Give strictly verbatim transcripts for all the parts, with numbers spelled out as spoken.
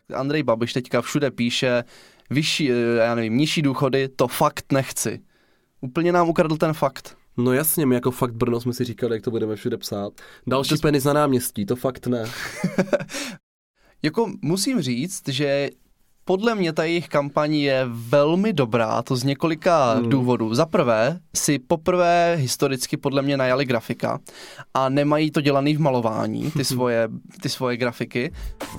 Andrej Babiš teďka všude píše, vyšší, já nevím, nižší důchody, to fakt nechci. Úplně nám ukradl ten fakt. No jasně, my jako Fakt Brno jsme si říkali, jak to budeme všude psát. Další to... penis na náměstí, to fakt ne. Jako musím říct, že podle mě ta jejich kampaň je velmi dobrá, to z několika hmm. důvodů. Za prvé si poprvé historicky podle mě najali grafika a nemají to dělaný v malování, ty svoje, ty svoje grafiky.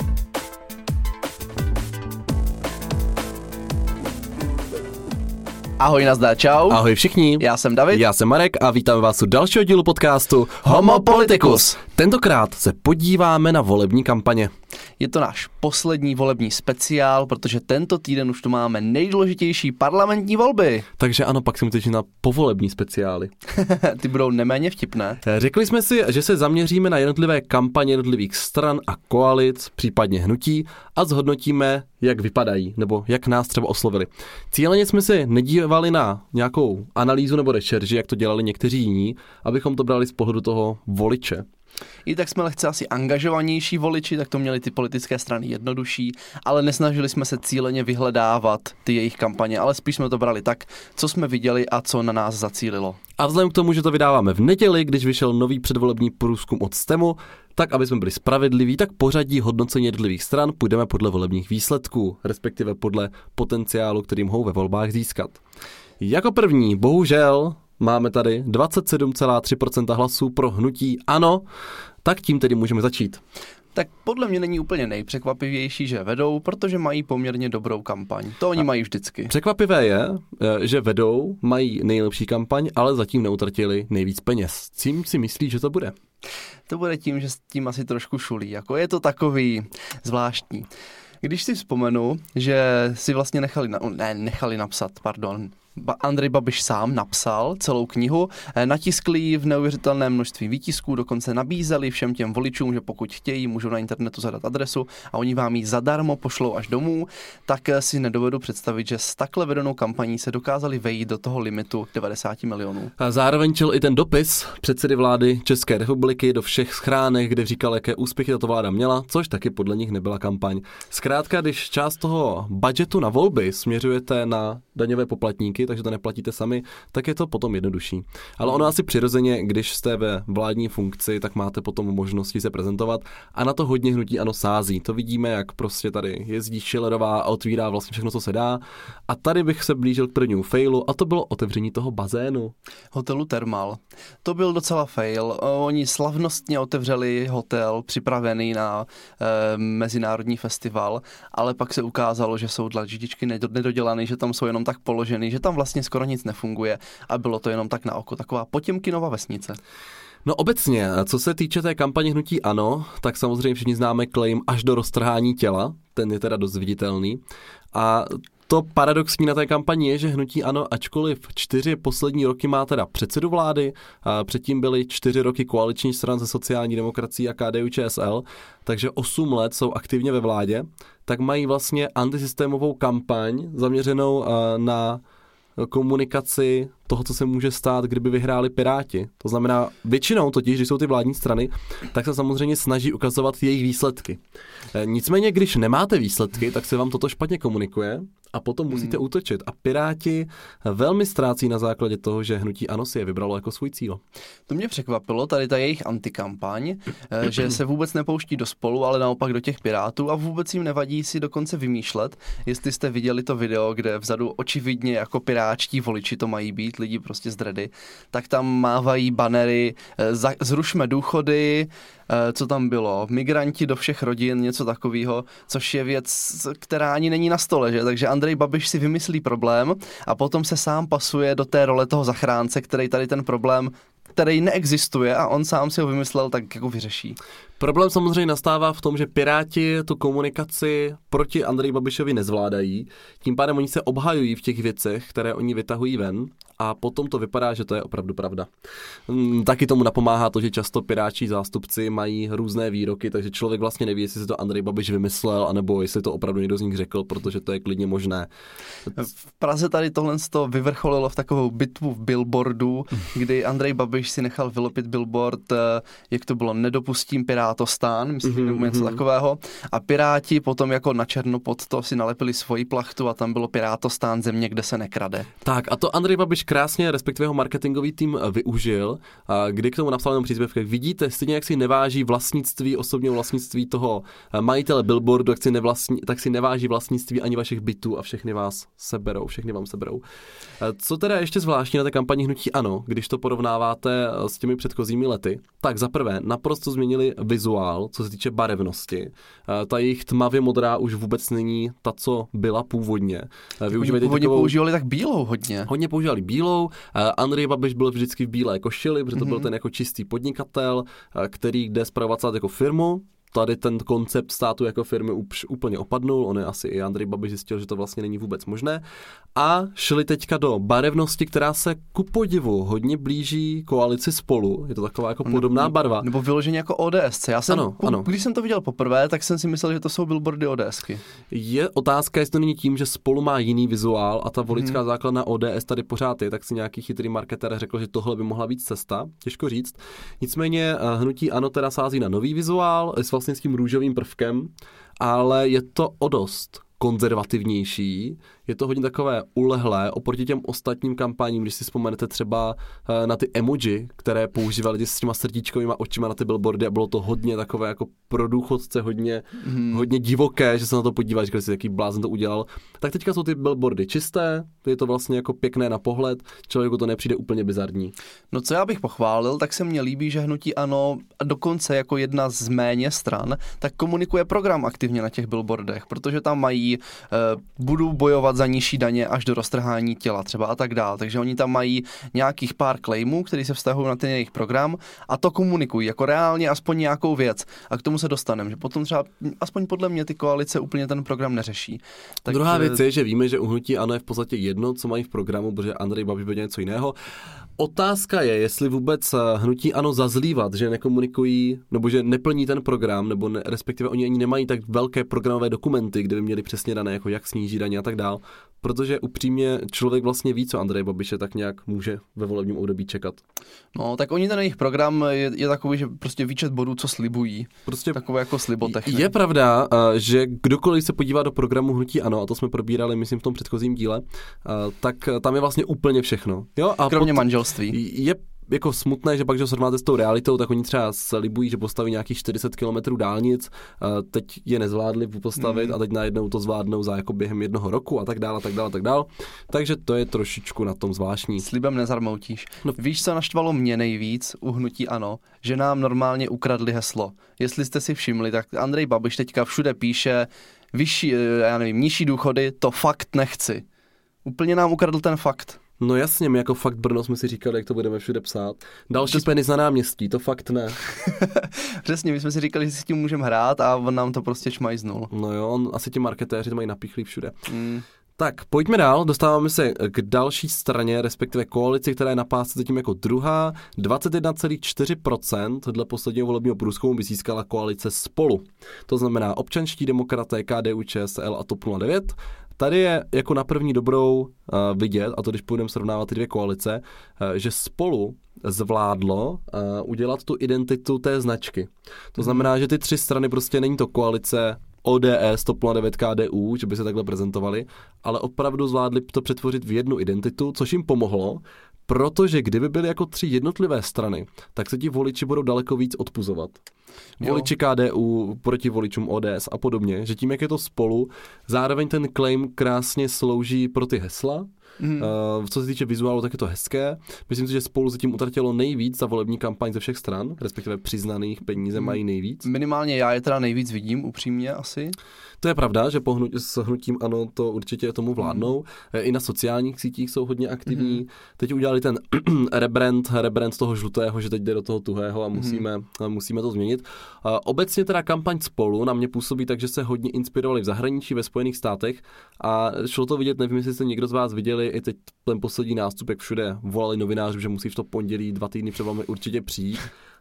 Ahoj, nazdar, čau. Ahoj všichni. Já jsem David. Já jsem Marek a vítám vás u dalšího dílu podcastu Homo Politicus. Tentokrát se podíváme na volební kampaně. Je to náš poslední volební speciál, protože tento týden už tu máme nejdůležitější parlamentní volby. Takže ano, pak si můžete na povolební speciály. Ty budou neméně vtipné. Řekli jsme si, že se zaměříme na jednotlivé kampaně jednotlivých stran a koalic, případně hnutí a zhodnotíme, jak vypadají, nebo jak nás třeba oslovili. Cíleně jsme si nedívali na nějakou analýzu nebo rešerži, jak to dělali někteří jiní, abychom to brali z pohledu toho voliče. I tak jsme lehce asi angažovanější voliči, tak to měli ty politické strany jednodušší, ale nesnažili jsme se cíleně vyhledávat ty jejich kampaně, ale spíš jsme to brali tak, co jsme viděli a co na nás zacílilo. A vzhledem k tomu, že to vydáváme v neděli, když vyšel nový předvolební průzkum od STEMu, tak aby jsme byli spravedliví, tak pořadí hodnocení jednotlivých stran půjdeme podle volebních výsledků, respektive podle potenciálu, který mohou ve volbách získat. Jako první, bohužel, máme tady dvacet sedm celá tři procenta hlasů pro hnutí ANO, tak tím tedy můžeme začít. Tak podle mě není úplně nejpřekvapivější, že vedou, protože mají poměrně dobrou kampaň. To oni A mají vždycky. Překvapivé je, že vedou, mají nejlepší kampaň, ale zatím neutratili nejvíc peněz. Čím si myslí, že to bude? To bude tím, že s tím asi trošku šulí. Jako je to takový zvláštní. Když si vzpomenu, že si vlastně nechali, na, ne, nechali napsat, pardon, Andrej Babiš sám napsal celou knihu, natiskli ji v neuvěřitelném množství výtisků, dokonce nabízeli všem těm voličům, že pokud chtějí, můžou na internetu zadat adresu a oni vám ji zadarmo pošlou až domů, tak si nedovedu představit, že s takhle vedenou kampaní se dokázali vejít do toho limitu devadesát milionů. A zároveň čel i ten dopis předsedy vlády České republiky do všech schránek, kde říkal, jaké úspěchy tato vláda měla, což taky podle nich nebyla kampaň. Zkrátka, když část toho budgetu na volby směřujete na daňové poplatníky, takže to neplatíte sami, tak je to potom jednodušší. Ale ono asi přirozeně, když jste ve vládní funkci, tak máte potom možnosti se prezentovat a na to hodně hnutí ANO sází. To vidíme, jak prostě tady jezdí Schillerová a otvírá vlastně všechno, co se dá. A tady bych se blížil k prvnímu failu a to bylo otevření toho bazénu. Hotelu Thermal. To byl docela fail. Oni slavnostně otevřeli hotel připravený na e, mezinárodní festival, ale pak se ukázalo, že jsou dlaždičky nedodělaný, že tam jsou jenom tak položený, že tam vlastně skoro nic nefunguje a bylo to jenom tak na oko. Taková Potěmkinova vesnice. No obecně, co se týče té kampaně hnutí ANO, tak samozřejmě všichni známe claim až do roztrhání těla, ten je teda dost viditelný. A to paradoxní na té kampani je, že hnutí ANO, ačkoliv čtyři poslední roky má teda předsedu vlády, a předtím byly čtyři roky koaliční stran se sociální demokracií a K D U Č S L, takže osm let jsou aktivně ve vládě, tak mají vlastně antisystémovou kampaň zaměřenou na komunikaci toho, co se může stát, kdyby vyhráli Piráti. To znamená, většinou totiž, když jsou ty vládní strany, tak se samozřejmě snaží ukazovat jejich výsledky. Nicméně, když nemáte výsledky, tak se vám toto špatně komunikuje a potom musíte hmm. útočit. A Piráti velmi ztrácí na základě toho, že hnutí ANO si je vybralo jako svůj cíl. To mě překvapilo, tady ta jejich antikampaň, že se vůbec nepouští do Spolu, ale naopak do těch Pirátů a vůbec jim nevadí si dokonce vymýšlet. Jestli jste viděli to video, kde vzadu očividně jako piráčtí voliči to mají být, lidi prostě z dredy, tak tam mávají banery, zrušme důchody, co tam bylo, migranti do všech rodin, něco takového, což je věc, která ani není na stole, že? Takže Andrej Babiš si vymyslí problém a potom se sám pasuje do té role toho zachránce, který tady ten problém, který neexistuje a on sám si ho vymyslel, tak jako vyřeší. Problém samozřejmě nastává v tom, že Piráti tu komunikaci proti Andreji Babišovi nezvládají, tím pádem oni se obhajují v těch věcech, které oni vytahují ven a potom to vypadá, že to je opravdu pravda. Taky tomu napomáhá to, že často pirátští zástupci mají různé výroky, takže člověk vlastně neví, jestli si to Andrej Babiš vymyslel, anebo jestli to opravdu někdo z nich řekl, protože to je klidně možné. V Praze tady tohle to vyvrcholilo v takovou bitvu v billboardu, kdy Andrej Babiš si nechal vylopit billboard, jak to bylo, nedopustím Pirát Pirátostán, myslím, mm-hmm. nebo něco takového. A Piráti potom jako na černo pod to si nalepili svoji plachtu a tam bylo Pirátostán, země, kde se nekrade. Tak a to Andrej Babiš krásně, respektive jeho marketingový tým využil, kdy k tomu napsal jenom příspěvek. Vidíte, stejně jak si neváží vlastnictví, osobního vlastnictví toho majitele billboardu, jak si nevlastní, tak si neváží vlastnictví ani vašich bytů a všechny vás seberou, všechny vám seberou. Co teda ještě zvláštní na té kampani hnutí ANO, když to porovnáváte s těmi předchozími lety, tak za prvé naprosto změnili vizuál, co se týče barevnosti. Ta jejich tmavě modrá už vůbec není ta, co byla původně. Využívají původně takovou... používali tak bílou hodně. Hodně používali bílou. Andrej Babiš byl vždycky v bílé košili, protože to mm-hmm. byl ten jako čistý podnikatel, který jde spravovat jako firmu. Tady ten koncept státu jako firmy už úplně opadnul, on je asi i Andrej Babiš zjistil, že to vlastně není vůbec možné. A šli teďka do barevnosti, která se ku podivu hodně blíží koalici Spolu. Je to taková jako podobná barva. Nebo vyloženě jako ODS. Já jsem, ano, ano. Když jsem to viděl poprvé, tak jsem si myslel, že to jsou billboardy ODSky. Je otázka, jestli to není tím, že Spolu má jiný vizuál a ta voličská hmm. základna O D S tady pořád je, tak si nějaký chytrý marketér řekl, že tohle by mohla být cesta. Těžko říct. Nicméně hnutí ANO teda sází na nový vizuál, s vlastně s tím růžovým prvkem, ale je to o dost konzervativnější, je to hodně takové ulehlé oproti těm ostatním kampaním, když si vzpomenete třeba na ty emoji, které používali s těma srdíčkovýma očima na ty billboardy a bylo to hodně takové jako pro důchodce, hodně, hmm. hodně divoké, že se na to podíváš, říkali si, jaký blázen to udělal. Tak teďka jsou ty billboardy čisté, je to vlastně jako pěkné na pohled, člověku to nepřijde úplně bizarní. No co já bych pochválil, tak se mně líbí, že hnutí ANO dokonce jako jedna z méně stran, tak komunikuje program aktivně na těch billboardech, protože tam mají uh, budu bojovat za nižší daně až do roztrhání těla třeba a tak dál. Takže oni tam mají nějakých pár claimů, které se vztahují na ten jejich program a to komunikují jako reálně aspoň nějakou věc. A k tomu se dostaneme, že potom třeba aspoň podle mě ty koalice úplně ten program neřeší. Tak druhá věc je, že víme, že u hnutí ANO je v podstatě jedno, co mají v programu, protože Andrej Babiš bude něco jiného. Otázka je, jestli vůbec hnutí ANO zazlívat, že nekomunikují, nebo že neplní ten program, nebo ne, respektive oni ani nemají tak velké programové dokumenty, kde by měli přesně dané, jako jak sníží daně a tak dál. Protože upřímně člověk vlastně ví, co Andrej Babiše tak nějak může ve volebním období čekat. No, tak oni ten jejich program je, je takový, že prostě výčet bodů, co slibují. Prostě takové jako slibotechny. Je pravda, že kdokoliv se podívá do programu hnutí ANO, a to jsme probírali, myslím, v tom předchozím díle, tak tam je vlastně úplně všechno. Jo? A kromě pot... manželství. Je jako smutné, že pak, že srovnáte s tou realitou, tak oni třeba slibují, že postaví nějakých čtyřicet kilometrů dálnic, teď je nezvládli postavit mm. a teď najednou to zvládnou za jako během jednoho roku a tak dále, a tak dále, a tak dále. Takže to je trošičku na tom zvláštní. Slibem nezarmoutíš. No. Víš, co naštvalo mě nejvíc u hnutí ANO? Že nám normálně ukradli heslo. Jestli jste si všimli, tak Andrej Babiš teďka všude píše vyšší, já nevím, nižší důchody, to fakt nechci. Úplně nám ukradl ten fakt. No jasně, my jako fakt Brno jsme si říkali, jak to budeme všude psát. Další to... penis na náměstí, to fakt ne. Přesně, my jsme si říkali, že si s tím můžeme hrát a on nám to prostě čmajznul. No jo, on, asi ti marketéři to mají napíchlý všude. Mm. Tak, pojďme dál, dostáváme se k další straně, respektive koalici, která je na pásce zatím jako druhá. dvacet jedna celá čtyři procenta dle posledního volebního průzkumu by získala koalice Spolu. To znamená občanští demokraté, K D U Č S L a TOP nula devět. Tady je jako na první dobrou uh, vidět, a to když půjdeme srovnávat ty dvě koalice, uh, že Spolu zvládlo uh, udělat tu identitu té značky. To znamená, že ty tři strany prostě není to koalice O D S, TOP nula devět, K D U, že by se takhle prezentovali, ale opravdu zvládli to přetvořit v jednu identitu, což jim pomohlo, protože kdyby byly jako tři jednotlivé strany, tak se ti voliči budou daleko víc odpuzovat. Voliči K D U proti voličům O D S a podobně, že tím, jak je to Spolu, zároveň ten claim krásně slouží pro ty hesla. Mm. Uh, co se týče vizuálu, tak je to hezké. Myslím si, že Spolu zatím utratilo nejvíc za volební kampaň ze všech stran, respektive přiznaných peníze mm. mají nejvíc. Minimálně já je teda nejvíc vidím, upřímně asi. To je pravda, že po hnutí, s hnutím ANO to určitě tomu vládnou. Mm. I na sociálních sítích jsou hodně aktivní. Mm. Teď udělali ten rebrand, rebrand toho žlutého, že teď jde do toho tuhého a musíme, mm. musíme to změnit. Uh, obecně teda kampaň Spolu na mě působí tak, že se hodně inspirovali v zahraničí, ve Spojených státech a šlo to vidět, nevím, jestli jste někdo z vás viděli, i teď ten poslední nástup, jak všude volali novinářům, že musí v to pondělí dva týdny před vámi určitě přijít.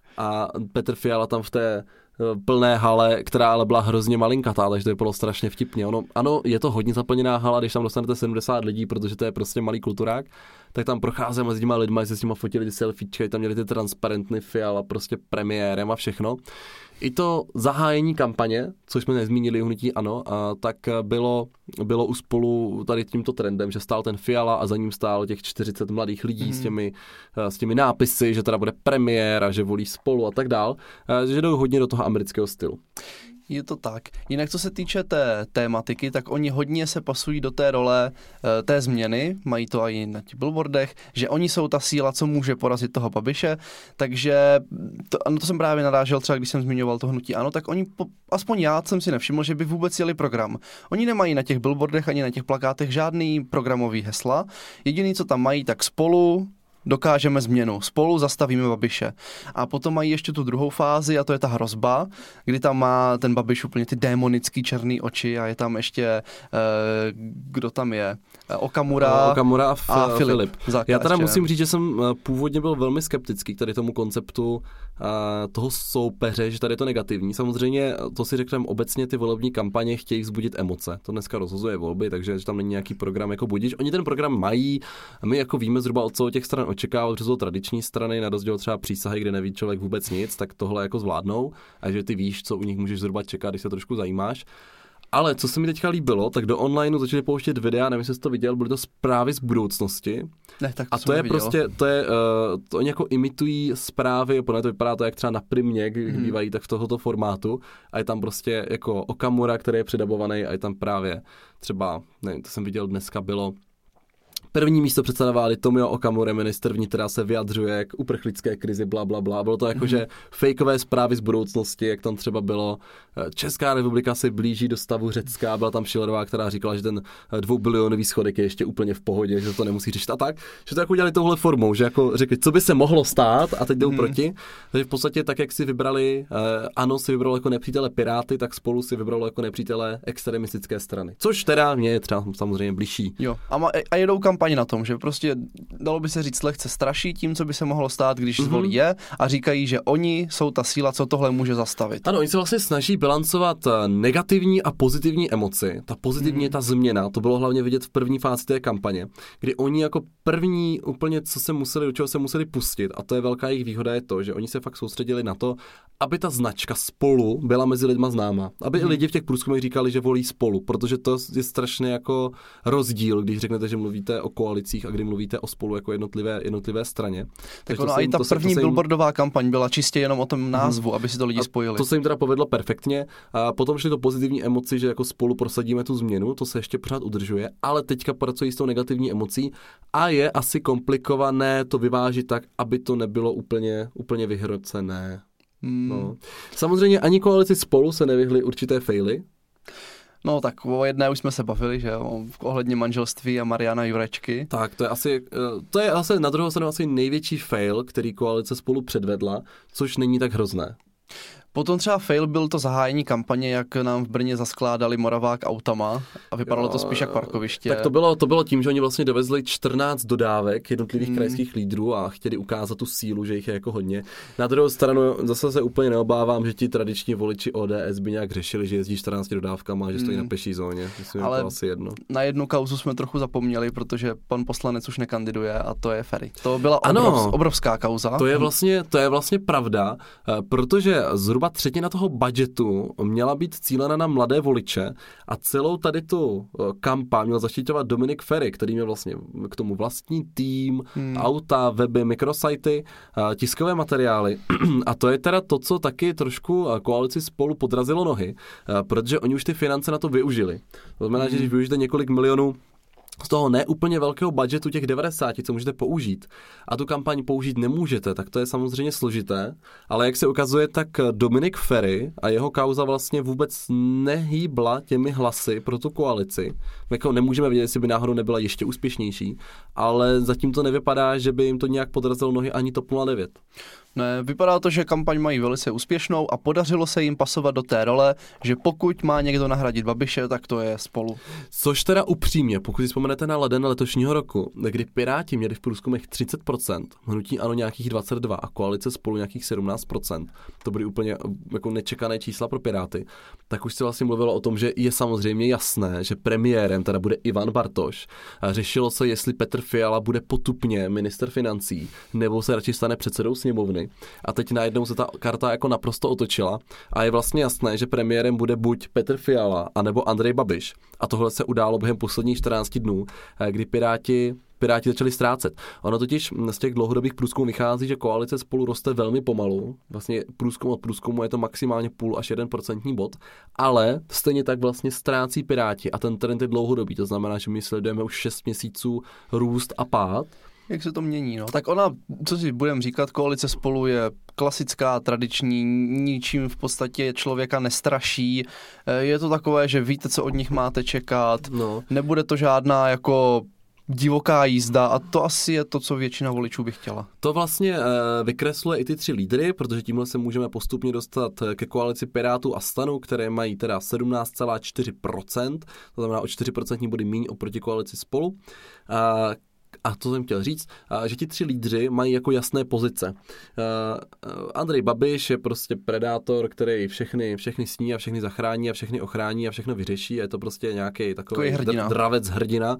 A Petr Fiala tam v té plné hale, která ale byla hrozně malinkatá, takže to bylo strašně vtipně. Ono, ano, je to hodně zaplněná hala, když tam dostanete sedmdesát lidí, protože to je prostě malý kulturák. tak tam procházel mezi těma lidma, se s nima fotili ty selfiečky, tam měli ty transparentny Fiala, prostě premiérem a všechno. I to zahájení kampaně, což jsme nezmínili u hnutí ANO, a tak bylo, bylo u Spolu tady tímto trendem, že stál ten Fiala a za ním stálo těch čtyřicet mladých lidí mm. s, těmi, s těmi nápisy, že teda bude premiér a že volí Spolu a tak dál, že jdou hodně do toho amerického stylu. Je to tak. Jinak co se týče té tématiky, tak oni hodně se pasují do té role e, té změny, mají to i na těch billboardech, že oni jsou ta síla, co může porazit toho Babiše, takže to, no to jsem právě narážel třeba, když jsem zmiňoval to hnutí ANO, tak oni, po, aspoň já jsem si nevšiml, že by vůbec jeli program. Oni nemají na těch billboardech ani na těch plakátech žádný programový hesla, jediný, co tam mají, tak Spolu, dokážeme změnu, Spolu zastavíme Babiše. A potom mají ještě tu druhou fázi a to je ta hrozba, kdy tam má ten Babiš úplně ty démonický černý oči a je tam ještě, eh, kdo tam je, Okamura, Okamura a, f- a Filip. Filip. Já teda musím říct, že jsem původně byl velmi skeptický k tady tomu konceptu uh, toho soupeře, že tady je to negativní. Samozřejmě, to si řekneme obecně, ty volební kampaně chtějí vzbudit emoce. To dneska rozhazuje volby, takže že tam není nějaký program jako budič. Oni ten program mají, my jako víme zhruba od co těch stran očekávat, že jsou tradiční strany, na rozdíl třeba Přísahy, kde neví člověk vůbec nic, tak tohle jako zvládnou a že ty víš, co u nich můžeš zhruba čekat, když se trošku zajímáš. Ale co se mi teďka líbilo, tak do onlineu začali pouštět videa, nevím, jestli jsi to viděl, byly to zprávy z budoucnosti. Ne, tak to a to je viděl. prostě, to je, uh, to oni jako imitují zprávy, podle to vypadá to jak třeba na Primě, kdy hmm. bývají tak v tohoto formátu a je tam prostě jako Okamura, který je předabovaný a je tam právě třeba, nevím, to jsem viděl dneska bylo, první místo předseda vlády Tomio Okamura, ministr vnitra, se vyjadřuje k uprchlické krizi, bla, bla, bla. Bylo to jako, mm. že fejkové zprávy z budoucnosti, jak tam třeba bylo, Česká republika se blíží do stavu Řecka, byla tam Schillerová, která říkala, že ten dvoubilionový schodek je ještě úplně v pohodě, že to nemusí řešit a tak. Že to jako udělali touhle formou, že jako řekli, co by se mohlo stát a teď jdou mm. proti. Takže v podstatě tak, jak si vybrali, eh, ANO si vybralo jako nepřítele Piráty, tak Spolu si vybralo jako nepřítele extremistické strany. Což teda mě je třeba samozřejmě blížší. Jo. A, ma, a jedou kampaň na tom, že prostě dalo by se říct lehce straší tím, co by se mohlo stát, když mm-hmm. zvolí je a říkají, že oni jsou ta síla, co tohle může zastavit. Ano, oni se vlastně snaží bilancovat negativní a pozitivní emoci. Ta pozitivní mm. je ta změna, to bylo hlavně vidět v první fázi té kampaně, kdy oni jako první úplně, co se museli, do čeho se museli pustit, a to je velká jejich výhoda, je to, že oni se fakt soustředili na to, aby ta značka Spolu byla mezi lidma známa. Aby mm. i lidi v těch průzkumech říkali, že volí Spolu, protože to je strašně jako rozdíl, když řeknete, že mluvíte o koalicích a kdy mluvíte o Spolu jako jednotlivé, jednotlivé straně. Tak ono a i ta první jim... billboardová kampaň byla čistě jenom o tom názvu, hmm. aby si to lidi spojili. To se jim teda povedlo perfektně. A potom šli to pozitivní emoci, že jako Spolu prosadíme tu změnu, to se ještě pořád udržuje, ale teďka pracují s tou negativní emocí a je asi komplikované to vyvážit tak, aby to nebylo úplně, úplně vyhrocené. Hmm. No. Samozřejmě ani koalici Spolu se nevyhly určité faily. No tak o jedné už jsme se bavili, že jo, ohledně manželství a Mariana Jurečky. Tak, to je asi, to je asi na druhou stranu asi největší fail, který koalice Spolu předvedla, což není tak hrozné. Potom třeba fail byl to zahájení kampaně, jak nám v Brně zaskládali Moravák autama a vypadalo jo, to spíš jak parkoviště. Tak to bylo, to bylo tím, že oni vlastně dovezli čtrnáct dodávek jednotlivých hmm. krajských lídrů a chtěli ukázat tu sílu, že jich je jako hodně. Na druhou stranu zase se úplně neobávám, že ti tradiční voliči O D S by nějak řešili, že jezdí čtrnácti dodávkama a že stojí hmm. na peší zóně. Myslím, ale to asi jedno. Na jednu kauzu jsme trochu zapomněli, protože pan poslanec už nekandiduje a to je Feri. To byla obrov, ano, obrovská kauza. To je vlastně, to je vlastně pravda, protože zhruba třetina toho budgetu měla být cílena na mladé voliče a celou tady tu kampaň měl zaštiťovat Dominik Feri, který měl vlastně k tomu vlastní tým, hmm. auta, weby, mikrosajty, tiskové materiály. A to je teda to, co taky trošku koalici Spolu podrazilo nohy, protože oni už ty finance na to využili. To znamená, hmm. že když využijete několik milionů z toho neúplně velkého budgetu těch devadesáti, co můžete použít, a tu kampaň použít nemůžete, tak to je samozřejmě složité, ale jak se ukazuje, tak Dominik Feri a jeho kauza vlastně vůbec nehýbla těmi hlasy pro tu koalici. Jako nemůžeme vědět, jestli by náhodou nebyla ještě úspěšnější, ale zatím to nevypadá, že by jim to nějak podrazilo nohy ani TOP nula devět. Ne, vypadá to, že kampaň mají velice úspěšnou a podařilo se jim pasovat do té role, že pokud má někdo nahradit Babiše, tak to je Spolu. Což teda upřímně, pokud si vzpomenete na leden letošního roku, kdy Piráti měli v průzkumech třicet procent, hnutí ANO nějakých dvacet dva procent a koalice Spolu nějakých sedmnáct procent, to byly úplně jako nečekané čísla pro Piráty, tak už se vlastně mluvilo o tom, že je samozřejmě jasné, že premiérem teda bude Ivan Bartoš. A řešilo se, jestli Petr Fiala bude potupně ministr financí, nebo se radši stane předsedou sněmovny. A teď najednou se ta karta jako naprosto otočila a je vlastně jasné, že premiérem bude buď Petr Fiala, anebo Andrej Babiš. A tohle se událo během posledních čtrnácti dnů, kdy Piráti Piráti začali ztrácet. Ono totiž z těch dlouhodobých průzkumů vychází, že koalice Spolu roste velmi pomalu. Vlastně průzkum od průzkumu je to maximálně půl až jeden procentní bod, ale stejně tak vlastně ztrácí Piráti a ten trend je dlouhodobý. To znamená, že my sledujeme už šest měsíců růst a pád. Jak se to mění, no? Tak ona, co si budeme říkat, koalice Spolu je klasická, tradiční, ničím v podstatě člověka nestraší. Je to takové, že víte, co od nich máte čekat. No. Nebude to žádná jako divoká jízda a to asi je to, co většina voličů by chtěla. To vlastně e, vykresluje i ty tři lídry, protože tímhle se můžeme postupně dostat ke koalici Pirátů a STANu, které mají teda sedmnáct celá čtyři procenta, to znamená o čtyři procentní body míň oproti koalici Spolu. A A to jsem chtěl říct, že ti tři lídři mají jako jasné pozice. Andrej Babiš je prostě predátor, který všechny, všechny sní a všechny zachrání a všechny ochrání a všechno vyřeší. A je to prostě nějaký takový hrdina. dravec hrdina.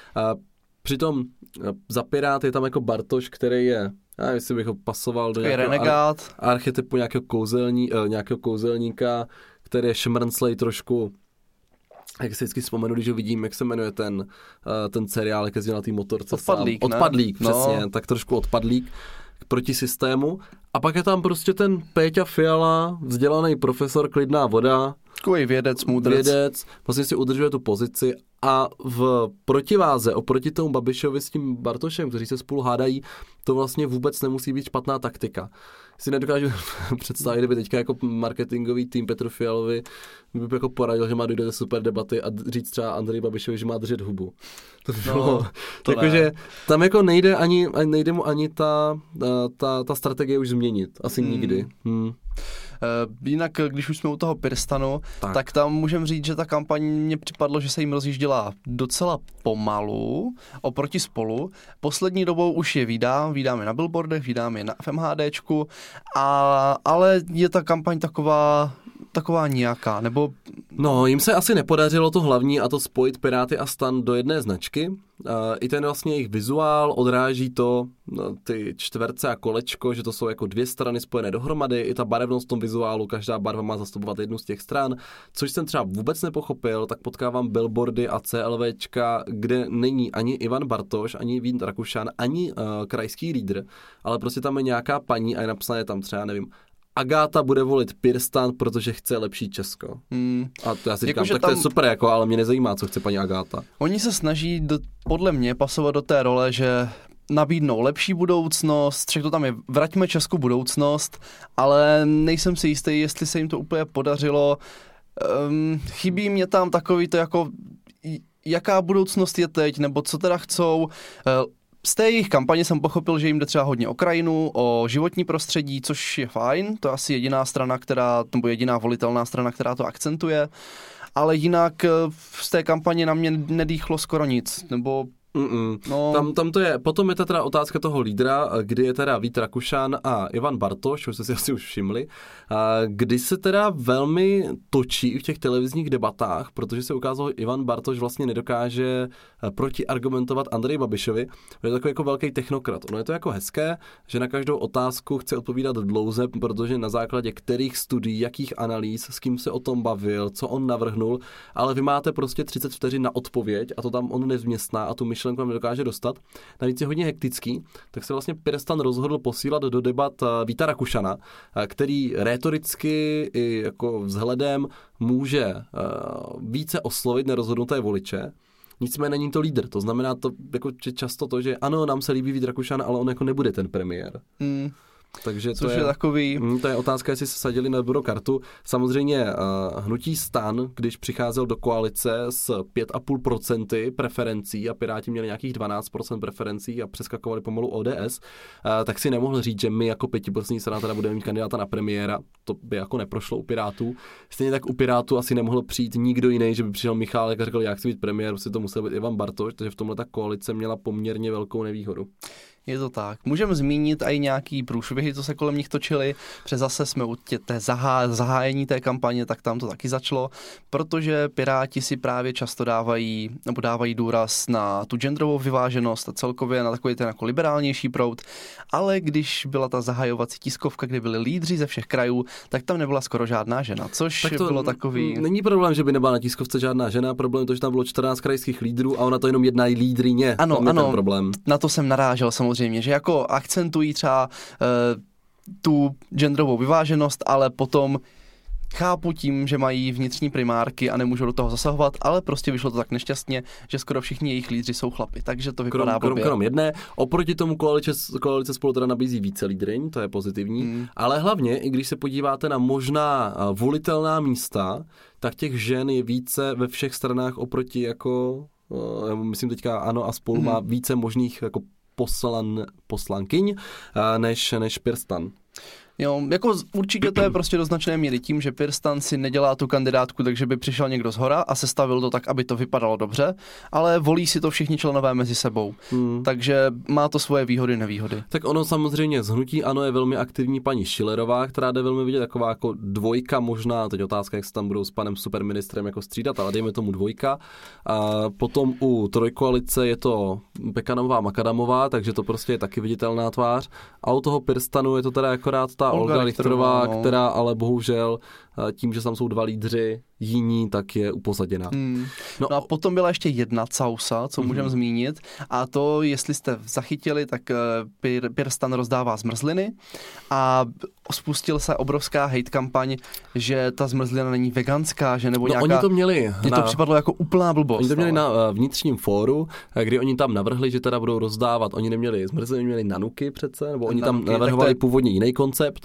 Přitom za Pirát je tam jako Bartoš, který je, já nevím, jestli bych ho pasoval do nějakého renegát. Ar- archetypu nějakého, kouzelní, nějakého kouzelníka, který je šmrnclej trošku. Jak si vždycky vzpomenu, když ho vidím, jak se jmenuje ten, ten seriál, jak jezdil na té motorce. Odpadlík, sám. Odpadlík, ne? přesně, No. tak trošku odpadlík proti systému. A pak je tam prostě ten Péťa Fiala, vzdělaný profesor, klidná voda. Takový vědec, můdrc. Vědec, vlastně si udržuje tu pozici a v protiváze oproti tomu Babišovi s tím Bartošem, kteří se spolu hádají, to vlastně vůbec nemusí být špatná taktika. Si nedokážu představit, kdyby teďka jako marketingový tým Petru Fialovi by jako poradil, že má dojít do super debaty a říct třeba Andrej Babišovi, že má držet hubu. To by bylo, no, takže tam jako nejde, ani, nejde mu ani ta, ta, ta strategie už změnit. Asi hmm. nikdy. Hmm. Uh, jinak, když už jsme u toho Pirstanu, tak, tak tam můžeme říct, že ta kampaň mně připadlo, že se jim rozjížděla docela pomalu oproti Spolu. Poslední dobou už je vídám, vídám je na billboardech, vídám je na FMHDčku, a, ale je ta kampaň taková taková nějaká, nebo... No, jim se asi nepodařilo to hlavní, a to spojit Piráty a STAN do jedné značky. Uh, I ten vlastně jejich vizuál odráží to, no, ty čtverce a kolečko, že to jsou jako dvě strany spojené dohromady, i ta barevnost v tom vizuálu, každá barva má zastupovat jednu z těch stran, což jsem třeba vůbec nepochopil, tak potkávám billboardy a CLVčka, kde není ani Ivan Bartoš, ani Vít Rakušan, ani uh, krajský lídr, ale prostě tam je nějaká paní a je napsané tam třeba, nevím, Agáta bude volit Pirstan, protože chce lepší Česko. Hmm. A to já si říkám, jako, tak tam... to je super, jako, ale mě nezajímá, co chce paní Agáta. Oni se snaží do, podle mě pasovat do té role, že nabídnou lepší budoucnost, však to tam je, vraťme Česku budoucnost, ale nejsem si jistý, jestli se jim to úplně podařilo. Um, chybí mě tam takový to jako, jaká budoucnost je teď, nebo co teda chcou. Uh, Z té jejich kampaně jsem pochopil, že jim jde třeba hodně o krajinu, o životní prostředí, což je fajn, to je asi jediná strana, která, nebo jediná volitelná strana, která to akcentuje, ale jinak z té kampaně na mě nedýchlo skoro nic, nebo... No. Tam, tam to je, potom je to teda otázka toho lídra, kdy je teda Vít Rakušan a Ivan Bartoš, už jste si asi už všimli, kdy se teda velmi točí v těch televizních debatách, protože se ukázalo, že Ivan Bartoš vlastně nedokáže protiargumentovat Andreji Babišovi, je takový jako velký technokrat. Ono je to jako hezké, že na každou otázku chce odpovídat dlouze, protože na základě kterých studií, jakých analýz, s kým se o tom bavil, co on navrhnul, ale vy máte prostě třicet vteřin na odpověď a to tam on nevměstná a tu myšlenku vám nedokáže dostat. Navíc je hodně hektický, tak se vlastně Pirstan rozhodl posílat do debat Víta Rakušana, který rétoricky i jako vzhledem může více oslovit nerozhodnuté voliče. Nicméně není to lídr, to znamená to jako často to, že ano, nám se líbí Vít Rakušan, ale on jako nebude ten premiér. Hmm. Takže Což to je, je takový... To je otázka, jestli se sadili na Eurokartu. Samozřejmě uh, hnutí STAN, když přicházel do koalice s pět a půl procenta preferencí a Piráti měli nějakých dvanáct procent preferencí a přeskakovali pomalu O D S, uh, tak si nemohl říct, že my jako pětiprocentní strana teda budeme mít kandidáta na premiéra. To by jako neprošlo u Pirátů. Stejně tak u Pirátů asi nemohl přijít nikdo jiný, že by přišel Michálek a řekl, já chci být premiér, si to musel být Ivan Bartoš, takže v tomhle ta koalice měla poměrně velkou nevýhodu. Je to tak. Můžeme zmínit i nějaký průšvihy, co se kolem nich točily, protože zase jsme u tě, té zahá, zahájení té kampaně, tak tam to taky začalo, protože Piráti si právě často dávají, nebo dávají důraz na tu genderovou vyváženost a celkově na takový ten jako liberálnější proud, ale když byla ta zahajovací tiskovka, kde byli lídři ze všech krajů, tak tam nebyla skoro žádná žena, což tak to bylo takový... Není problém, že by nebyla na tiskovce žádná žena, problém je to, že tam bylo čtrnáct krajských lídrů a ona to jenom jednají lídrině. Ano, ano, ten problém. Na to jsem narážel samozřejmě. Že jako akcentují třeba uh, tu genderovou vyváženost, ale potom chápu tím, že mají vnitřní primárky a nemůžou do toho zasahovat, ale prostě vyšlo to tak nešťastně, že skoro všichni jejich lídři jsou chlapy, takže to vypadá blbě. Krom jedné, oproti tomu koalice, koalice spolu teda nabízí více lídryň, to je pozitivní, hmm. ale hlavně, i když se podíváte na možná volitelná místa, tak těch žen je více ve všech stranách oproti jako, myslím teďka ANO a Spolu hmm. má více možných jako poslan, poslankyň než, než PirSTAN. Jo, jako určitě to je prostě do značné míry tím, že PirSTAN si nedělá tu kandidátku, takže by přišel někdo zhora a sestavil to tak, aby to vypadalo dobře, ale volí si to všichni členové mezi sebou. Hmm. Takže má to svoje výhody, nevýhody. Tak ono samozřejmě z hnutí ANO je velmi aktivní paní Schillerová, která jde velmi vidět taková jako dvojka možná, teď otázka, jak se tam budou s panem superministrem jako střídat, ale dejme tomu dvojka. A potom u trojkoalice je to Pekanová Makadamová, takže to prostě je taky viditelná tvář. A u toho PirSTANu je to teda akorát ta Olga, Olga Richterová, no. která ale bohužel tím, že tam jsou dva lídři jiní, tak je upozaděná. Hmm. No, no a potom byla ještě jedna causa, co můžeme mm-hmm. zmínit, a to, jestli jste zachytili, tak Pir, PirSTAN rozdává zmrzliny a spustil se obrovská hate kampaň, že ta zmrzlina není veganská, že nebo no, nějaká... oni to měli. Mně to připadlo jako úplná blbost. Oni to měli ale. na vnitřním fóru, kdy oni tam navrhli, že teda budou rozdávat, oni neměli zmrzliny, měli nanuky přece, nebo oni nanuky, tam navrhovali je... původně jiný koncept.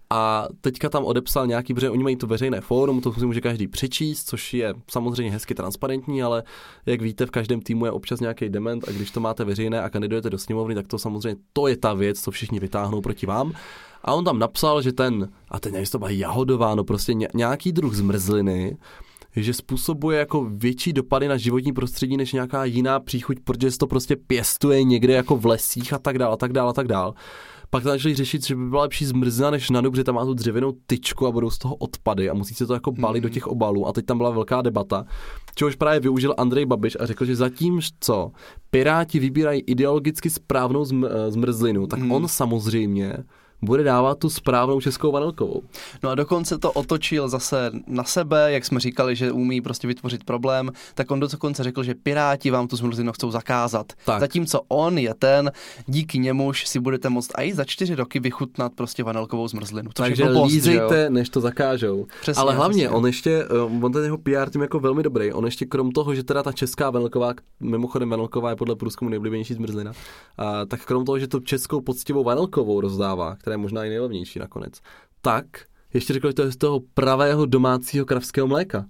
A teďka tam odepsal nějaký, protože oni mají to veřejné fórum, to si může každý přečíst, což je samozřejmě hezky transparentní, ale jak víte, v každém týmu je občas nějaký dement a když to máte veřejné a kandidujete do sněmovny, tak to samozřejmě to je ta věc, co všichni vytáhnou proti vám. A on tam napsal, že ten, a teď nevím, to byla jahodová, no prostě nějaký druh zmrzliny, že způsobuje jako větší dopady na životní prostředí než nějaká jiná příchuť, protože se to prostě pěstuje někde jako v lesích a tak dál a tak dál a tak dál. Pak tam začali řešit, že by byla lepší zmrzlina než nanuk, protože tam má tu dřevěnou tyčku a budou z toho odpady a musí se to jako balit mm. do těch obalů. A teď tam byla velká debata, čehož právě využil Andrej Babiš a řekl, že zatím co Piráti vybírají ideologicky správnou zm- zmrzlinu, tak mm. on samozřejmě bude dávat tu správnou českou vanilkovou. No a dokonce to otočil zase na sebe, jak jsme říkali, že umí prostě vytvořit problém, tak on dokonce řekl, že Piráti vám tu zmrzlinu chcou zakázat. Tak. Zatímco on je ten, díky němuž si budete moct i za čtyři roky vychutnat prostě vanilkovou zmrzlinu. Takže lízejte, než to zakážou. Přesně, ale hlavně přesně. on ještě, on ten jeho P R tým jako velmi dobrý, on ještě krom toho, že teda ta česká vanilková, mimochodem vanilková je podle průzkumu nejoblíbenější zmrzlina, a, tak krom toho, že tu českou poctivou vanilkovou rozdává, která je možná i nejlevnější nakonec, tak ještě řekl, že to je z toho pravého domácího kravského mléka.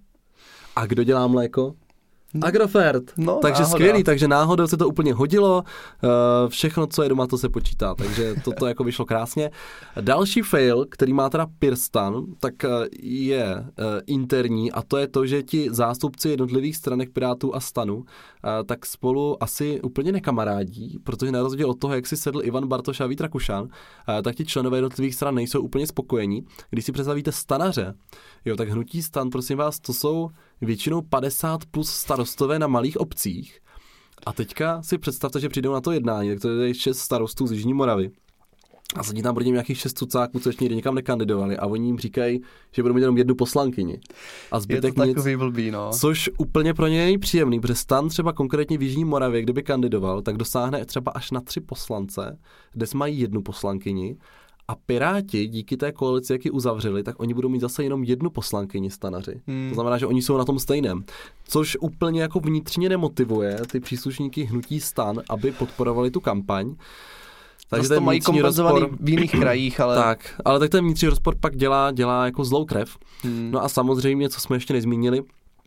A kdo dělá mléko? No. Agrofert. No, takže náhoda. Skvělý, takže náhodou se to úplně hodilo. Všechno, co je doma, to se počítá, takže toto jako vyšlo krásně. Další fail, který má teda PirSTAN, tak je interní a to je to, že ti zástupci jednotlivých stranek Pirátů a STANu tak spolu asi úplně nekamarádí, protože na rozdíl od toho, jak si sedl Ivan Bartoš a Vít Rakušan, tak ti členové jednotlivých stran nejsou úplně spokojení. Když si představíte stanaře, jo, tak hnutí STAN, prosím vás, to jsou většinou padesát plus starostové na malých obcích. A teďka si představte, že přijdou na to jednání, tak to je šest starostů z Jižní Moravy. A sedí tam proti nějakých šest cucáků, co ještě nikdy nikam nekandidovali a oni jim říkají, že budou mít jenom jednu poslankyni. A zbytek je to takový nic, blbý, no. Což úplně pro ně je nejpříjemný, protože STAN třeba konkrétně v Jižní Moravě, kdyby kandidoval, tak dosáhne třeba až na tři poslance, dnes mají jednu poslankyni. A Piráti díky té koalici, jak ji uzavřeli, tak oni budou mít zase jenom jednu poslankyni stanaři. Hmm. To znamená, že oni jsou na tom stejném. Což úplně jako vnitřně nemotivuje ty příslušníky hnutí STAN, aby podporovali tu kampaň. Takže to mají kompenzovaný rozpor v jiných krajích, ale... Tak, ale tak ten vnitřní rozpor pak dělá, dělá jako zlou krev. Hmm. No a samozřejmě, co jsme ještě nezmínili,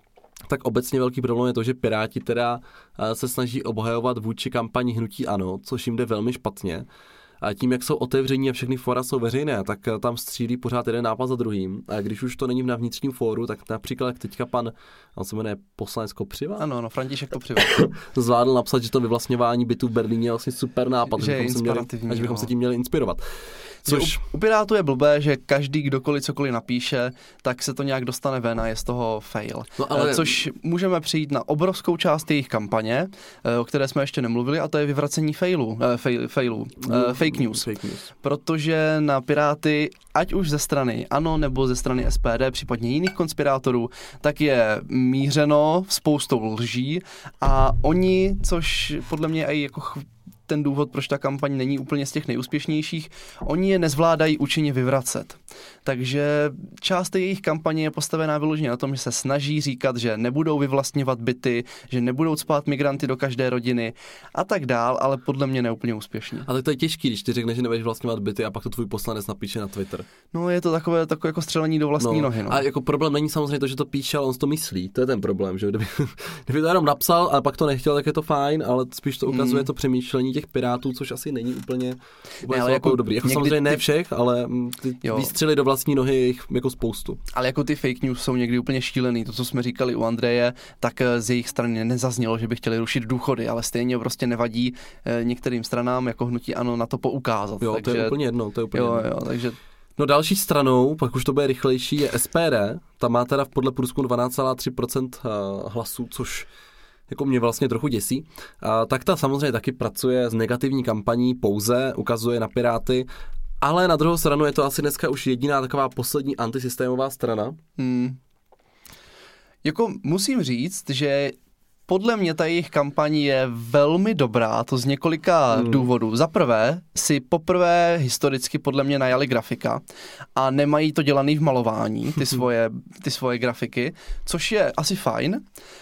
tak obecně velký problém je to, že Piráti teda se snaží obhajovat vůči kampani hnutí ANO, což jim jde velmi špatně. A tím, jak jsou otevření a všechny fora jsou veřejné, tak tam střílí pořád jeden nápad za druhým. A když už to není na vnitřním fóru, tak například teďka pan, on se jmenuje poslanec Kopřiva? Ano, no, František Kopřiva. Zvládl napsat, že to vyvlastňování bytů v Berlíně je vlastně super nápad, že bychom se měli, až bychom no. se tím měli inspirovat. Což... U Pirátů je blbé, že každý kdokoliv cokoliv napíše, tak se to nějak dostane ven a je z toho fail. No ale... Což můžeme přijít na obrovskou část jejich kampaně, o které jsme ještě nemluvili, a to je vyvracení failů, fail, failů, no, fake news. Fake news. Protože na Piráty, ať už ze strany ANO nebo ze strany S P D, případně jiných konspirátorů, tak je mířeno spoustou lží a oni, což podle mě i jako ch- ten důvod, proč ta kampaň není úplně z těch nejúspěšnějších, oni je nezvládají účinně vyvracet. Takže část jejich kampaně je postavená vyloženě na tom, že se snaží říkat, že nebudou vyvlastňovat byty, že nebudou cpát migranty do každé rodiny a tak dál, ale podle mě neúplně úspěšně. Ale to je těžký, když ty řekneš, že nebudeš vlastňovat byty a pak to tvůj poslanec napíše na Twitter. No je to takové, takové jako střelení do vlastní no, nohy. No. A jako problém není samozřejmě to, že to píše, ale on to myslí. To je ten problém, že kdyby, kdyby to jenom napsal a pak to nechtěl, tak je to fajn, ale spíš to ukazuje mm. to přemýšlení těch Pirátů, což asi není úplně, úplně ne, jako dobrý. Jako samozřejmě ne všech, ale ty jo. výstřely do vlastní nohy je jich jako spoustu. Ale jako ty fake news jsou někdy úplně šílený. To, co jsme říkali u Andreje, tak z jejich strany nezaznělo, že by chtěli rušit důchody, ale stejně prostě nevadí některým stranám jako hnutí ANO na to poukázat. Jo, takže... to je úplně jedno, to je úplně jo, jedno. Jo, takže... No další stranou, pak už to bude rychlejší, je S P D. Ta má teda podle průzkumu dvanáct celá tři procenta hlasů, což jako mě vlastně trochu děsí. A, tak ta samozřejmě taky pracuje s negativní kampaní pouze, ukazuje na Piráty, ale na druhou stranu je to asi dneska už jediná taková poslední antisystémová strana. Hmm. Jako musím říct, že podle mě ta jejich kampaň je velmi dobrá, to z několika hmm. důvodů. Za prvé si poprvé historicky podle mě najali grafika a nemají to dělaný v malování, ty svoje, ty svoje grafiky, což je asi fajn.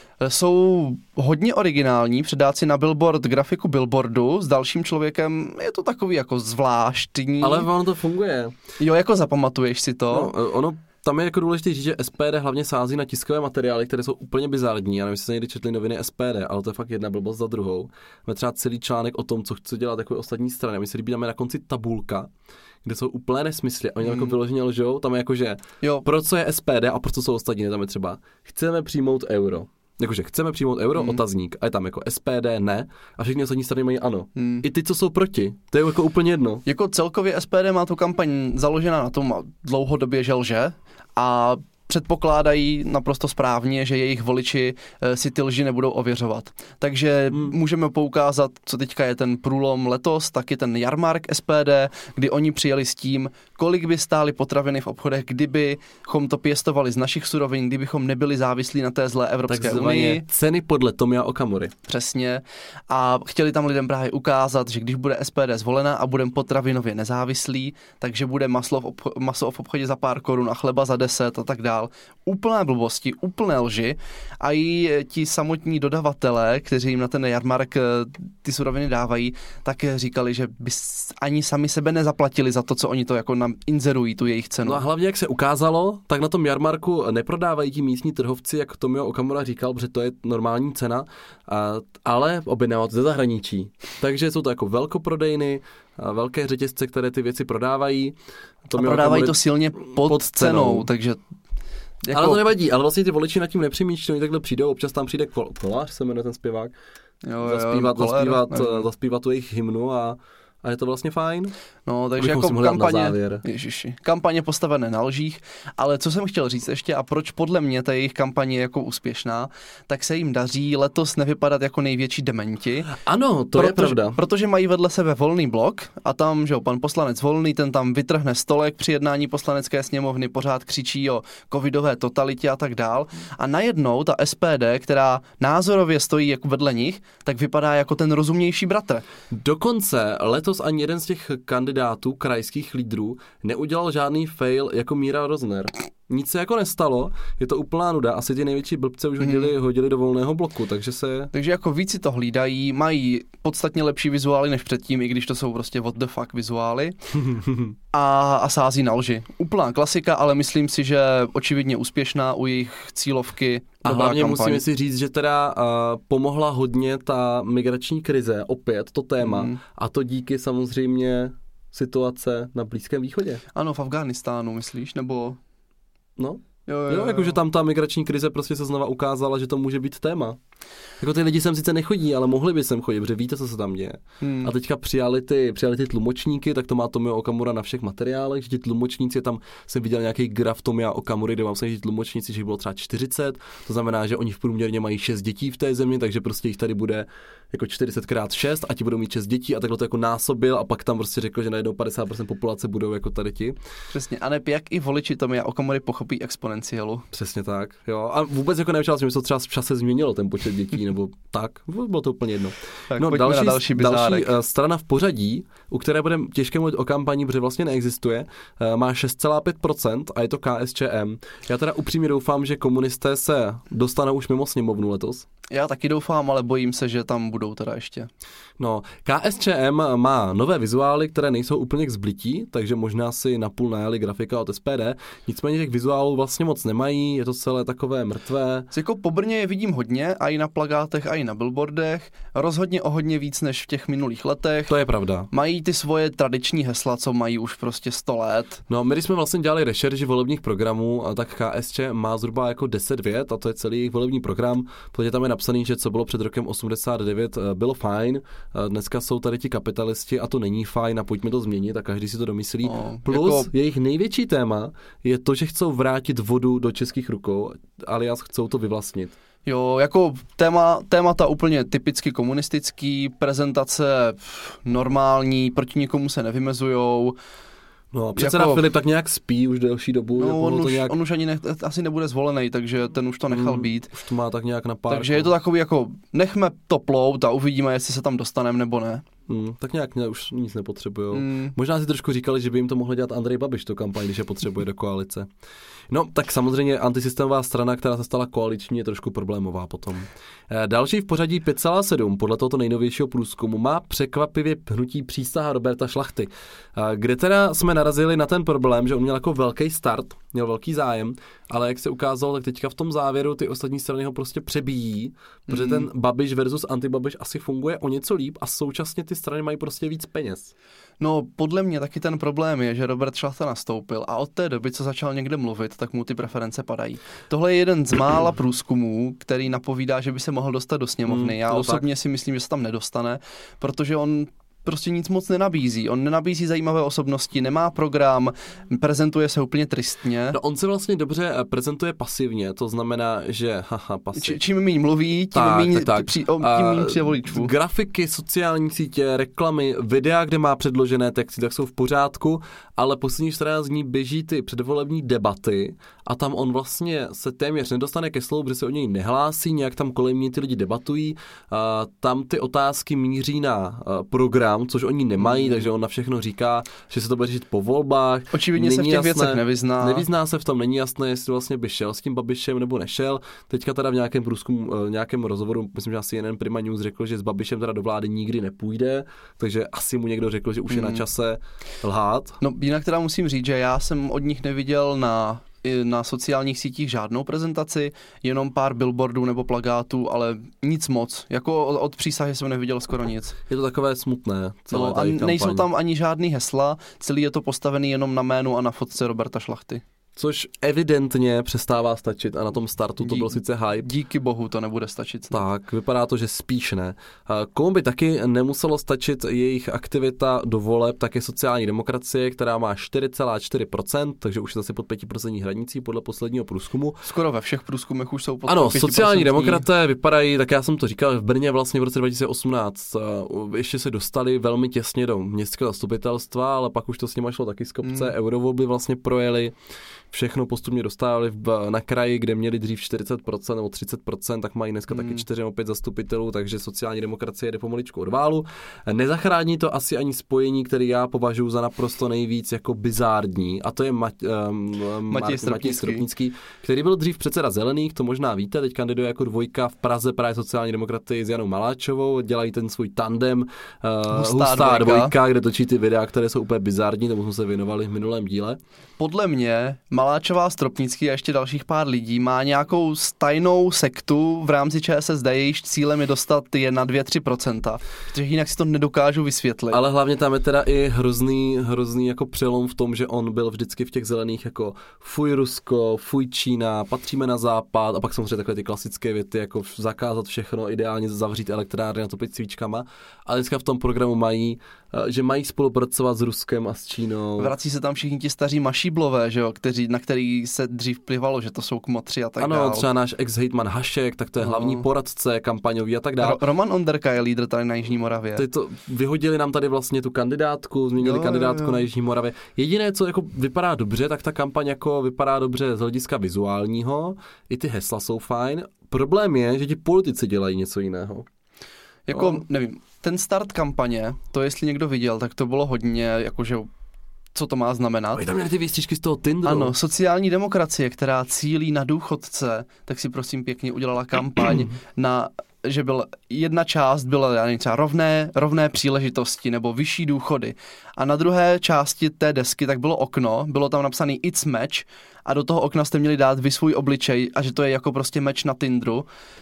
Jsou hodně originální, předát si na billboard grafiku billboardu s dalším člověkem, je to takový jako zvláštní. Ale ono to funguje. Jo, jako zapamatuješ si to. No, ono tam je jako důležité říct, že S P D hlavně sází na tiskové materiály, které jsou úplně bizarní. Já nevím, jestli jste někdy četli noviny S P D, ale to je fakt jedna blbost za druhou. Máme třeba celý článek o tom, co chce dělat jako ostatní strany. My se líbí, dáme na konci tabulka, kde jsou úplné nesmysly. Oni tam hmm. jako vyloženě lžou, tam je jako, že jo. Pro co je S P D a pro co jsou ostatní, tam je třeba chceme přijmout euro. Jakože chceme přijmout euro, hmm. otazník, a je tam jako S P D ne, a všechny ostatní strany mají ano. Hmm. I ty, co jsou proti, to je jako úplně jedno. Jako celkově S P D má tu kampaň založená na tom dlouhodobě, že lže, a předpokládají naprosto správně, že jejich voliči si ty lži nebudou ověřovat. Takže hmm. můžeme poukázat, co teďka je ten průlom letos, taky ten jarmark S P D, kdy oni přijeli s tím, kolik by stály potraviny v obchodech, kdybychom to pěstovali z našich surovin, kdybychom nebyli závislí na té zlé Evropské unii. Ceny podle Tomia Okamury. Přesně. A chtěli tam lidem právě ukázat, že když bude S P D zvolena a budeme potravinově nezávislí, takže bude maslo v, obcho- maso v obchodě za pár korun a chleba za deset a tak dále. Úplné blbosti, úplné lži a i ti samotní dodavatelé, kteří jim na ten jarmark ty suroviny dávají, tak říkali, že by ani sami sebe nezaplatili za to, co oni to jako nám inzerují, tu jejich cenu. No a hlavně, jak se ukázalo, tak na tom jarmarku neprodávají ti místní trhovci, jak Tomio Okamura říkal, protože to je normální cena, a, ale objednávat ze zahraničí. Takže jsou to jako velkoprodejny, velké řetězce, které ty věci prodávají. Tomio a prodávají Okamury to silně pod, pod cenou, cenou, takže jako... Ale to nevadí, ale vlastně ty voliči nad tím nepřemýšlí, oni takhle přijdou, občas tam přijde kol- Kolář, se jmenuje ten zpěvák, jo, zaspívat, jo, zaspívat, zaspívat tu jejich hymnu a, a je to vlastně fajn. No, takže jako kampaně, ježiši, kampaně postavené na lžích, ale co jsem chtěl říct ještě a proč podle mě ta jejich kampaně je jako úspěšná, tak se jim daří letos nevypadat jako největší dementi. Ano, to protože, je pravda. Protože mají vedle sebe Volný blok a tam, že jo, pan poslanec Volný, ten tam vytrhne stolek při jednání poslanecké sněmovny, pořád křičí o covidové totalitě a tak dál. A najednou ta S P D, která názorově stojí jako vedle nich, tak vypadá jako ten rozumnější bratr. Dokonce letos ani jeden z těch kandidátů, krajských lídrů, neudělal žádný fail jako Míra Rozner. nic se jako nestalo, je to úplná nuda, asi ty největší blbce už hodili, hmm. hodili do volného bloku, takže se... Takže jako víc si to hlídají, mají podstatně lepší vizuály než předtím, i když to jsou prostě what the fuck vizuály a, a sází na lži. Úplná klasika, ale myslím si, že očividně úspěšná u jejich cílovky. A hlavně kampaň. Musíme si říct, že teda uh, pomohla hodně ta migrační krize, opět to téma, hmm. a to díky samozřejmě situace na Blízkém východě. Ano, v Afghánistánu, myslíš, nebo... No, jo, jo, jo, jo. jakože tam ta migrační krize prostě se znova ukázala, že to může být téma. Jako ty lidi sem sice nechodí, ale mohli by sem chodit, protože víte, co se tam děje. Hmm. A teďka přijali ty, přijali ty tlumočníky, tak to má Tomio Okamura na všech materiálech, že ti tlumočníci, tam jsem viděl nějaký graf Tomia Okamury, kde mám se, že tlumočníci, že jich bylo třeba čtyřicet, to znamená, že oni v průměrně mají šest dětí v té zemi, takže prostě jich tady bude jako čtyřicet krát šest a ti budou mít šest dětí a takhle to jako násobil a pak tam prostě řekl, že najednou padesát procent populace budou jako tady ti. Přesně, a neb jak i voliči Tomia Okamury pochopí exponenciálu. Přesně tak, jo. A vůbec jako nevčal, že se to třeba v čase změnilo ten počet dětí nebo tak, bylo to úplně jedno. Tak no, další, další, další uh, strana v pořadí, u které bude těžké mluvit o kampani, protože vlastně neexistuje, uh, má šest celá pět procent a je to K S Č M. Já teda upřímně doufám, že komunisté se dostanou už mimo sněmovnu letos. Já taky doufám, ale bojím se, že tam budou teda ještě. No, K S Č M má nové vizuály, které nejsou úplně k zblití, takže možná si napůl najali grafika od S P D, nicméně těch vizuálů vlastně moc nemají, je to celé takové mrtvé. Jako po Brně je vidím hodně, a i na plakátech, a i na billboardech, rozhodně o hodně víc než v těch minulých letech. To je pravda. Mají ty svoje tradiční hesla, co mají už prostě sto let. No, my když jsme vlastně dělali rešerži volebních programů, tak K S Č má zhruba jako deset vět a to je celý jejich volební program, protože tam je napsaný, že co bylo před rokem osmdesát devět bylo fajn, dneska jsou tady ti kapitalisti a to není fajn a pojďme to změnit a každý si to domyslí. No, plus jako... jejich největší téma je to, že chcou vrátit vodu do českých rukou, alias chcou to vyvlastnit. Jo, jako téma, témata úplně typicky komunistický, prezentace normální, proti nikomu se nevymezujou. No, předseda jako, Filip tak nějak spí už delší dobu. No, jako on, to už, nějak... on už ani ne, asi nebude zvolený, takže ten už to nechal hmm, být. Už to má tak nějak na pár. Takže je to takový jako, nechme to plout a uvidíme, jestli se tam dostaneme nebo ne. Hmm, tak nějak ne, už nic nepotřebujou. Hmm. Možná si trošku říkali, že by jim to mohl dělat Andrej Babiš, to kampaň, když je potřebuje do koalice. No, tak samozřejmě antisystémová strana, která se stala koaliční, je trošku problémová potom. Další v pořadí pět celá sedm, podle tohoto nejnovějšího průzkumu, má překvapivě hnutí Přísaha Roberta Šlachty, kde teda jsme narazili na ten problém, že on měl jako velký start, měl velký zájem, ale jak se ukázalo, tak teďka v tom závěru ty ostatní strany ho prostě přebíjí, protože mm. ten Babiš versus anti-Babiš asi funguje o něco líp a současně ty strany mají prostě víc peněz. No, podle mě taky ten problém je, že Robert Šlachta nastoupil a od té doby, co začal někde mluvit, tak mu ty preference padají. Tohle je jeden z mála průzkumů, který napovídá, že by se mohl dostat do sněmovny. Hmm, Já osobně tak. si myslím, že se tam nedostane, protože on prostě nic moc nenabízí. On nenabízí zajímavé osobnosti, nemá program, prezentuje se úplně tristně. No, on se vlastně dobře prezentuje pasivně, to znamená, že haha, pasiv. Č- čím méně mluví, tím méně přijde voličů. Grafiky, sociální sítě, reklamy, videa, kde má předložené texty, tak jsou v pořádku, ale poslední čtrnáct dní běží ty předvolební debaty a tam on vlastně se téměř nedostane ke slovu, protože se o něj nehlásí, nějak tam kolem ní ty lidi debatují, a tam ty otázky míří na program, což oni nemají, takže on na všechno říká, že se to bude řešit po volbách. Očividně se v těch jasné, věcech nevyzná. Nevyzná se v tom, není jasné, jestli vlastně by šel s tím Babišem nebo nešel. Teďka teda v nějakém průzkumu, nějakém rozhovoru, myslím, že asi jeden Prima News řekl, že s Babišem teda do vlády nikdy nepůjde, takže asi mu někdo řekl, že už je hmm. na čase lhát. No jinak teda musím říct, že já jsem od nich neviděl na na sociálních sítích žádnou prezentaci, jenom pár billboardů nebo plakátů, ale nic moc. Jako od, od Přísahy jsem neviděl skoro nic. Je to takové smutné. No, a nejsou tam ani žádný hesla, celý je to postavený jenom na jménu a na fotce Roberta Šlachty. Což evidentně přestává stačit a na tom startu to byl sice hype. Díky bohu to nebude stačit. Tak, vypadá to, že spíš ne. Komu by taky nemuselo stačit jejich aktivita do voleb, tak je sociální demokracie, která má čtyři celá čtyři procenta, takže už je zase pod pět procent hranicí podle posledního průzkumu. Skoro ve všech průzkumech už jsou pod ano, pět procent. Sociální demokraté vypadají, tak já jsem to říkal, v Brně vlastně v roce dva tisíce osmnáct ještě se dostali velmi těsně do městského zastupitelstva, ale pak už to s nimi šlo taky z kopce, hmm. eurovolby vlastně projeli. všechno postupně dostávali v, na kraji, kde měli dřív čtyřicet procent nebo třicet procent, tak mají dneska hmm. taky čtyři nebo pět zastupitelů, takže sociální demokracie jde pomaličku od válu. Nezachrání to asi ani spojení, které já považuji za naprosto nejvíc jako bizární, a to je Mat, um, Matěj Stropnický. Stropnický, který byl dřív předseda Zelených, to možná víte, teď kandiduje jako dvojka v Praze právě sociální demokratii s Janou Maláčovou, dělají ten svůj tandem uh, hustá, hustá dvojka. dvojka, kde točí ty videa, které jsou úplně bizarní, tomu jsme se věnovali v minulém díle. Podle mě Maláčová, Stropnický a ještě dalších pár lidí má nějakou tajnou sektu v rámci ČSSD, jejíž cílem je dostat je na dvě až tři procenta, protože jinak si to nedokážu vysvětlit. Ale hlavně tam je teda i hrozný, hrozný jako přelom v tom, že on byl vždycky v těch Zelených jako fuj Rusko, fuj Čína, patříme na západ, a pak samozřejmě takové ty klasické věty, jako zakázat všechno, ideálně zavřít elektrárny a topit svíčkama. A dneska v tom programu mají, že mají spolupracovat s Ruskem a s Čínou. Vrací se tam všichni ti staří mašíblové, že jo, kteří, na který se dřív plivalo, že to jsou kmotři a tak ano, dál. Ano, třeba náš ex-hejtman Hašek, tak to je no. hlavní poradce kampaňový a tak dále. Ro- Roman Onderka je lídr tady na Jižní Moravě. Ty to, vyhodili nám tady vlastně tu kandidátku, změnili jo, kandidátku jo, jo. na Jižní Moravě. Jediné, co jako vypadá dobře, tak ta kampaň jako vypadá dobře z hlediska vizuálního, i ty hesla jsou fajn. Problém je, že ti politici dělají něco jiného. Jako, no. nevím, ten start kampaně, to jestli někdo viděl, tak to bylo hodně, jakože, co to má znamenat. Oni tam měli ty výstřižky z toho Tinderu. Ano, sociální demokracie, která cílí na důchodce, tak si prosím pěkně udělala kampaň na, že byl jedna část byla, já nevím, třeba rovné, rovné příležitosti nebo vyšší důchody. A na druhé části té desky tak bylo okno, bylo tam napsaný It's Match a do toho okna jste měli dát vy svůj obličej a že to je jako prostě match na Tinderu.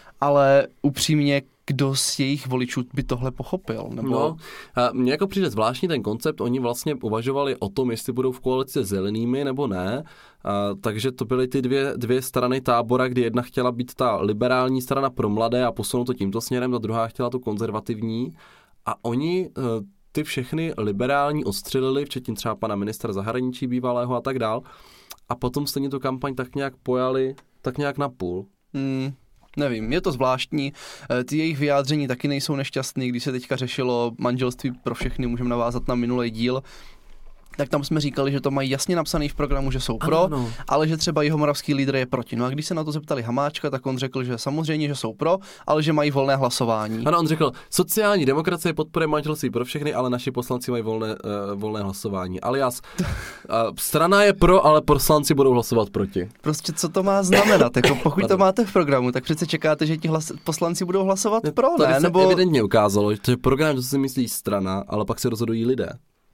Ale upřímně, kdo z jejich voličů by tohle pochopil? Nebo... No, mně jako přijde zvláštní ten koncept, oni vlastně uvažovali o tom, jestli budou v koalici se Zelenými nebo ne, a, takže to byly ty dvě, dvě strany tábora, kdy jedna chtěla být ta liberální strana pro mladé a posunout to tímto směrem, a druhá chtěla tu konzervativní a oni ty všechny liberální ostřelili, včetně třeba pana ministra zahraničí bývalého a tak dál, a potom stejně tu kampaň tak nějak pojali, tak nějak na půl. Hmm. Nevím, je to zvláštní, ty jejich vyjádření taky nejsou nešťastný, když se teďka řešilo manželství pro všechny, můžeme navázat na minulý díl, tak tam jsme říkali, že to mají jasně napsaný v programu, že jsou pro, ano, no. ale že třeba jihomoravský lídr je proti. No a když se na to zeptali Hamáčka, tak on řekl, že samozřejmě, že jsou pro, ale že mají volné hlasování. Ano, on řekl, sociální demokracie podporuje manželství pro všechny, ale naši poslanci mají volné, uh, volné hlasování. Alias, uh, strana je pro, ale poslanci budou hlasovat proti. Prostě co to má znamenat? Jako pokud to máte v programu, tak přece čekáte, že ti hlas- poslanci budou hlasovat pro, ne? Tady se Nebo... evidentně ukázalo, že program, to si myslí strana, ale pak se rozhodují lidé.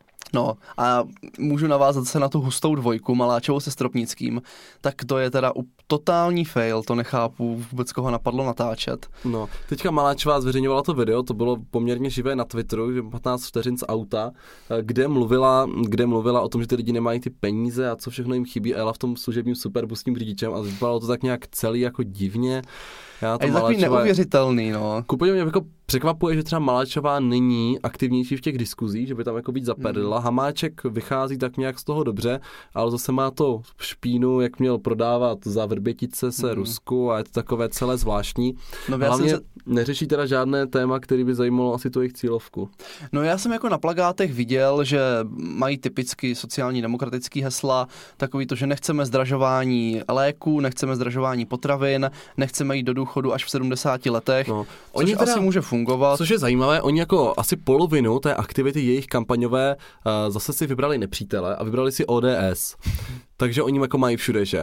No a můžu navázat se na tu hustou dvojku, Maláčovou se Stropnickým, tak to je teda totální fail, to nechápu vůbec, koho napadlo natáčet. No, teďka Maláčová zveřejňovala to video, to bylo poměrně živé na Twitteru, patnáct vteřin z auta, kde mluvila, kde mluvila o tom, že ty lidi nemají ty peníze a co všechno jim chybí, a jela v tom služebním superbusním řidičem a vypadalo to tak nějak celý jako divně. Já to je takový neuvěřitelný, no. Kupodě mě jako překvapuje, že třeba Maláčová není aktivnější v těch diskuzích, že by tam jako víc zaperlila. Hmm. Hamáček vychází tak nějak z toho dobře, ale zase má to špínu, jak měl prodávat za Vrbětice se hmm. Rusku, a je to takové celé zvláštní. No, hlavně se... neřeší teda žádné téma, který by zajímalo asi tu jejich cílovku. No já jsem jako na plakátech viděl, že mají typicky sociální demokratický hesla, takový to, že nechceme zdražování léků, nechceme zdražování potravin, nechceme jít do důchodu až v sedmdesáti letech, no, což oni teda, asi může fungovat. Což je zajímavé, oni jako asi polovinu té aktivity jejich kampaňové uh, zase si vybrali nepřítele a vybrali si O D S. Takže oni jako mají všude, že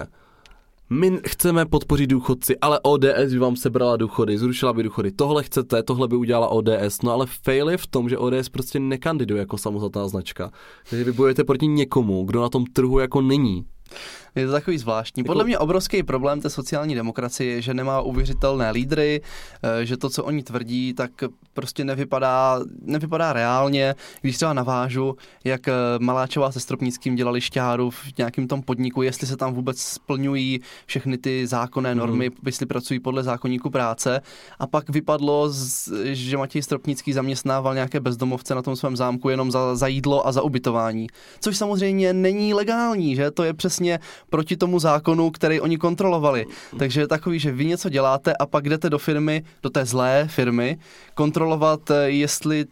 my chceme podpořit důchodci, ale O D S by vám sebrala důchody, zrušila by důchody. Tohle chcete, tohle by udělala O D S. No ale fail je v tom, že O D S prostě nekandiduje jako samostatná značka. Takže vy bojujete proti někomu, kdo na tom trhu jako není. Je to takový zvláštní. Podle mě obrovský problém té sociální demokracie je, že nemá uvěřitelné lídry, že to, co oni tvrdí, tak prostě nevypadá, nevypadá reálně. Když třeba navážu, jak Maláčová se Stropnickým dělali šťáru v nějakém tom podniku, jestli se tam vůbec splňují všechny ty zákonné normy, hmm. jestli pracují podle zákoníku práce. A pak vypadlo, že Matěj Stropnický zaměstnával nějaké bezdomovce na tom svém zámku jenom za, za jídlo a za ubytování. Což samozřejmě není legální, že? To je přesně proti tomu zákonu, který oni kontrolovali. Takže je takový, že vy něco děláte a pak jdete do firmy, do té zlé firmy, kontrolovat, jestli tam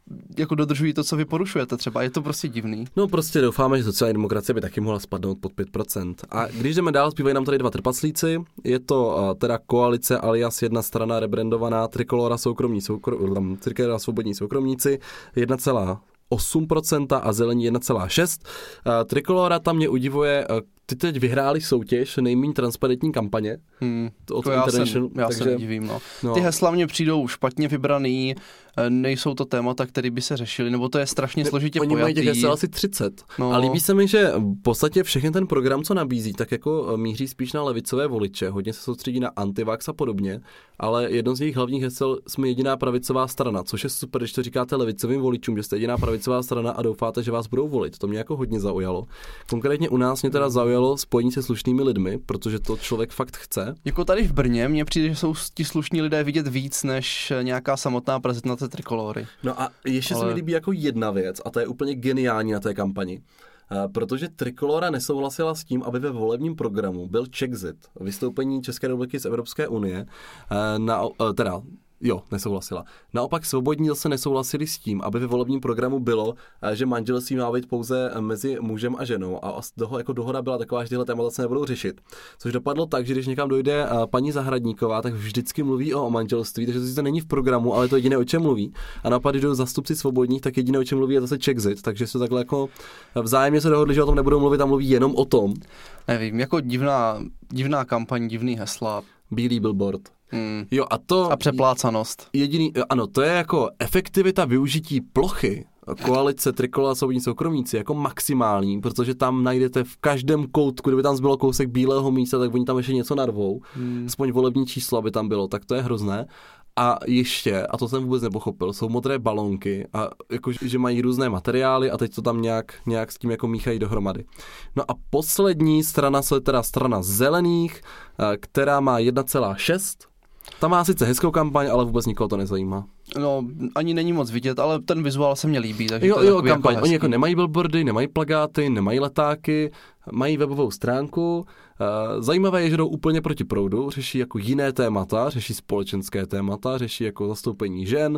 jako dodržují to, co vy porušujete třeba. Je to prostě divný. No prostě doufáme, že sociální demokracie by taky mohla spadnout pod pět procent. A když jdeme dál, zpívají nám tady dva trpaslíci. Je to uh, teda koalice alias jedna strana rebrandovaná Trikolora soukromní soukrom, Trikolora svobodní soukromníci jedna celá osm procent a zelení jedna celá šest procenta. Uh, Trikolora tam mě udivuje, uh, ty teď vyhráli soutěž nejméně transparentní kampaně. Hmm, to já se, já takže, se nedivím. No. No. Ty hesla mě přijdou špatně vybraný, nejsou to témata, které by se řešily, nebo to je strašně složitě Oni pojatý. Oni mají těch hesel asi třicet. No. A líbí se mi, že v podstatě všechny ten program, co nabízí, tak jako míří spíš na levicové voliče, hodně se soustředí na antivax a podobně, ale jedno z jejich hlavních hesel jsme jediná pravicová strana, což je super, když to říkáte levicovým voličům, že jste jediná pravicová strana a doufáte, že vás budou volit. To mě jako hodně zaujalo. Konkrétně u nás mě teda zaujalo spojení se slušnými lidmi, protože to člověk fakt chce. Jako tady v Brně mně přijde, že jsou ti slušní lidé vidět víc než nějaká samotná prezentace Trikolory. No a ještě Ale... se mi líbí jako jedna věc, a to je úplně geniální na té kampani. Uh, protože Trikolora nesouhlasila s tím, aby ve volebním programu byl Czexit, vystoupení České republiky z Evropské unie, uh, na, uh, teda Jo, nesouhlasila. Naopak svobodní zase nesouhlasili s tím, aby ve volebním programu bylo, že manželství má být pouze mezi mužem a ženou a toho jako dohoda byla taková, že tyhle témata se nebudou řešit. Což dopadlo tak, že když někam dojde paní Zahradníková, tak vždycky mluví o manželství, takže to sice není v programu, ale to jediné, o čem mluví. A naopak, když jdou zastupci svobodních, tak jediné, o čem mluví, je zase Czexit, takže se takhle jako vzájemně se dohodli, že o tom nebudou mluvit a mluví jenom o tom. Nevím, jako divná, divná kampaň, divný hesla. Bílý billboard. Hmm. Jo, a to... A přeplácanost. Jediný, ano, to je jako efektivita využití plochy koalice Trikolora svobodní soukromníci jako maximální, protože tam najdete v každém koutku, kdyby tam zbylo kousek bílého místa, tak oni tam ještě něco narvou, hmm. aspoň volební číslo, aby tam bylo, tak to je hrozné. A ještě, a to jsem vůbec nepochopil, jsou modré balónky a jako, že mají různé materiály a teď to tam nějak, nějak s tím jako míchají dohromady. No a poslední strana je teda strana zelených, která má jedna celá šest. Ta má sice hezkou kampaň, ale vůbec nikoho to nezajímá. No, ani není moc vidět, ale ten vizuál se mně líbí. Takže jo, to je jo, kampaň. Jako Oni jako nemají billboardy, nemají plakáty, nemají letáky, mají webovou stránku. Zajímavé je, že jdou úplně proti proudu, řeší jako jiné témata, řeší společenské témata, řeší jako zastoupení žen,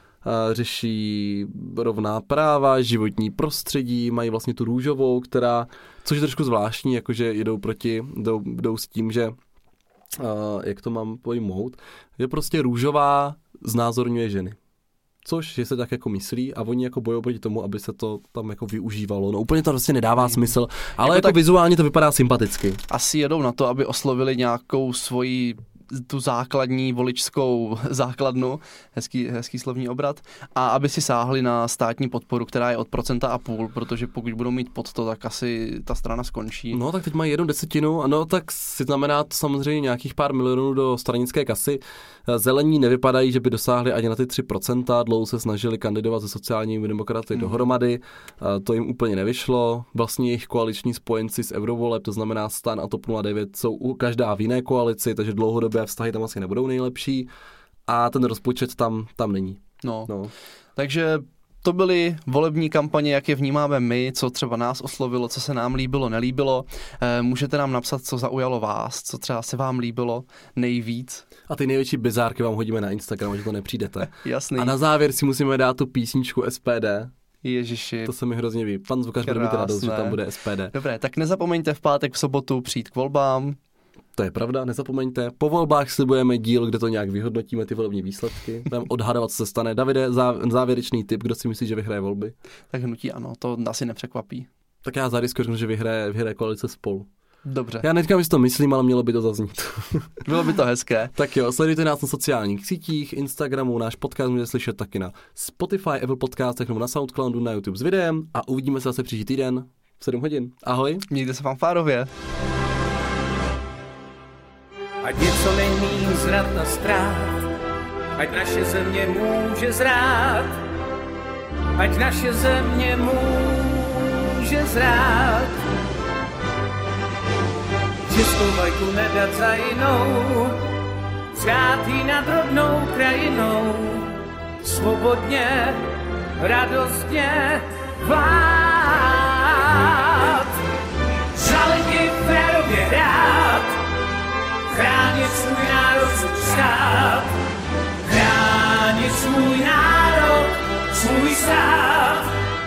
řeší rovná práva, životní prostředí, mají vlastně tu růžovou, která, což je trošku zvláštní, jakože jdou proti, jdou, jdou s tím, že Uh, jak to mám pojmout, je prostě růžová znázorňuje ženy. Což je se tak jako myslí a oni jako bojují proti tomu, aby se to tam jako využívalo. No úplně to prostě nedává smysl, ale jako, jako tak vizuálně to vypadá sympaticky. Asi jedou na to, aby oslovili nějakou svoji tu základní voličskou základnu, hezký, hezký slovní obrat, a aby si sáhli na státní podporu, která je od procenta a půl, protože pokud budou mít pod to, tak asi ta strana skončí. No tak teď mají jednu desetinu, no tak si znamená to samozřejmě nějakých pár milionů do stranické kasy. Zelení nevypadají, že by dosáhli ani na ty tři procenta, dlouho se snažili kandidovat ze sociálními demokraty mm. dohromady, to jim úplně nevyšlo. Vlastně jejich koaliční spojenci z eurovoleb, to znamená STAN a TOP nula devět, jsou každá v jiné koalici, takže dlouhodobě vztahy tam asi nebudou nejlepší a ten rozpočet tam, tam není. No. no, takže to byly volební kampaně, jak je vnímáme my, co třeba nás oslovilo, co se nám líbilo, nelíbilo. E, můžete nám napsat, co zaujalo vás, co třeba se vám líbilo nejvíc. A ty největší bizárky vám hodíme na Instagram, že to nepřijdete. Jasný. A na závěr si musíme dát tu písničku S P D. Ježiši. To se mi hrozně ví. Pan zvukař bude mít radost, že tam bude S P D. Dobré, tak nezapomeňte v pátek, v sobotu přijít k volbám. To je pravda, nezapomeňte. Po volbách slibujeme díl, kde to nějak vyhodnotíme, ty volební výsledky. Budeme odhadovat, co se stane. Davide, závěrečný tip, kdo si myslí, že vyhraje volby? Tak hnutí ano, to asi nepřekvapí. Tak já zariskuji, řeknu, že vyhraje, vyhraje koalice Spolu. Dobře. Já neříkám, že to myslím, ale mělo by to zaznít. Bylo by to hezké. Tak jo, sledujte nás na sociálních sítích, Instagramu, náš podcast můžete slyšet taky na Spotify, Apple Podcastech nebo na Soundcloudu, na YouTube s videem a uvidíme se zase příští týden v sedm hodin. Ahoj. Mějte se fanfárově. Ať něco není zrad na strát, ať naše země může zrát, ať naše země může zrát. Českou vlajku nedat za jinou, vřát ji nad rodnou krajinou, svobodně, radostně vlád. Žalky férově hrát, chránit svůj národ, stát, chránit svůj národ, svůj stát.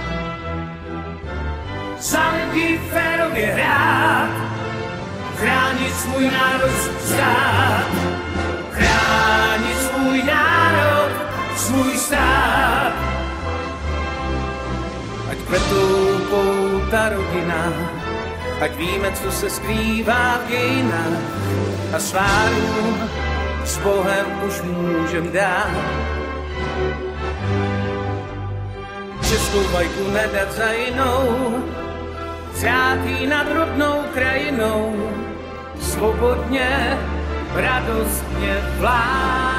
Za lidi férově hrát, chránit svůj národ, stát. Chránit svůj národ, svůj stát. Ať kvetou pouta rodina, ať víme, co se skrývá v dějinách a svárům s Bohem už můžem dát. Českou vlajku nedat za jinou, přátí nad rodnou krajinou, svobodně, radostně vlád.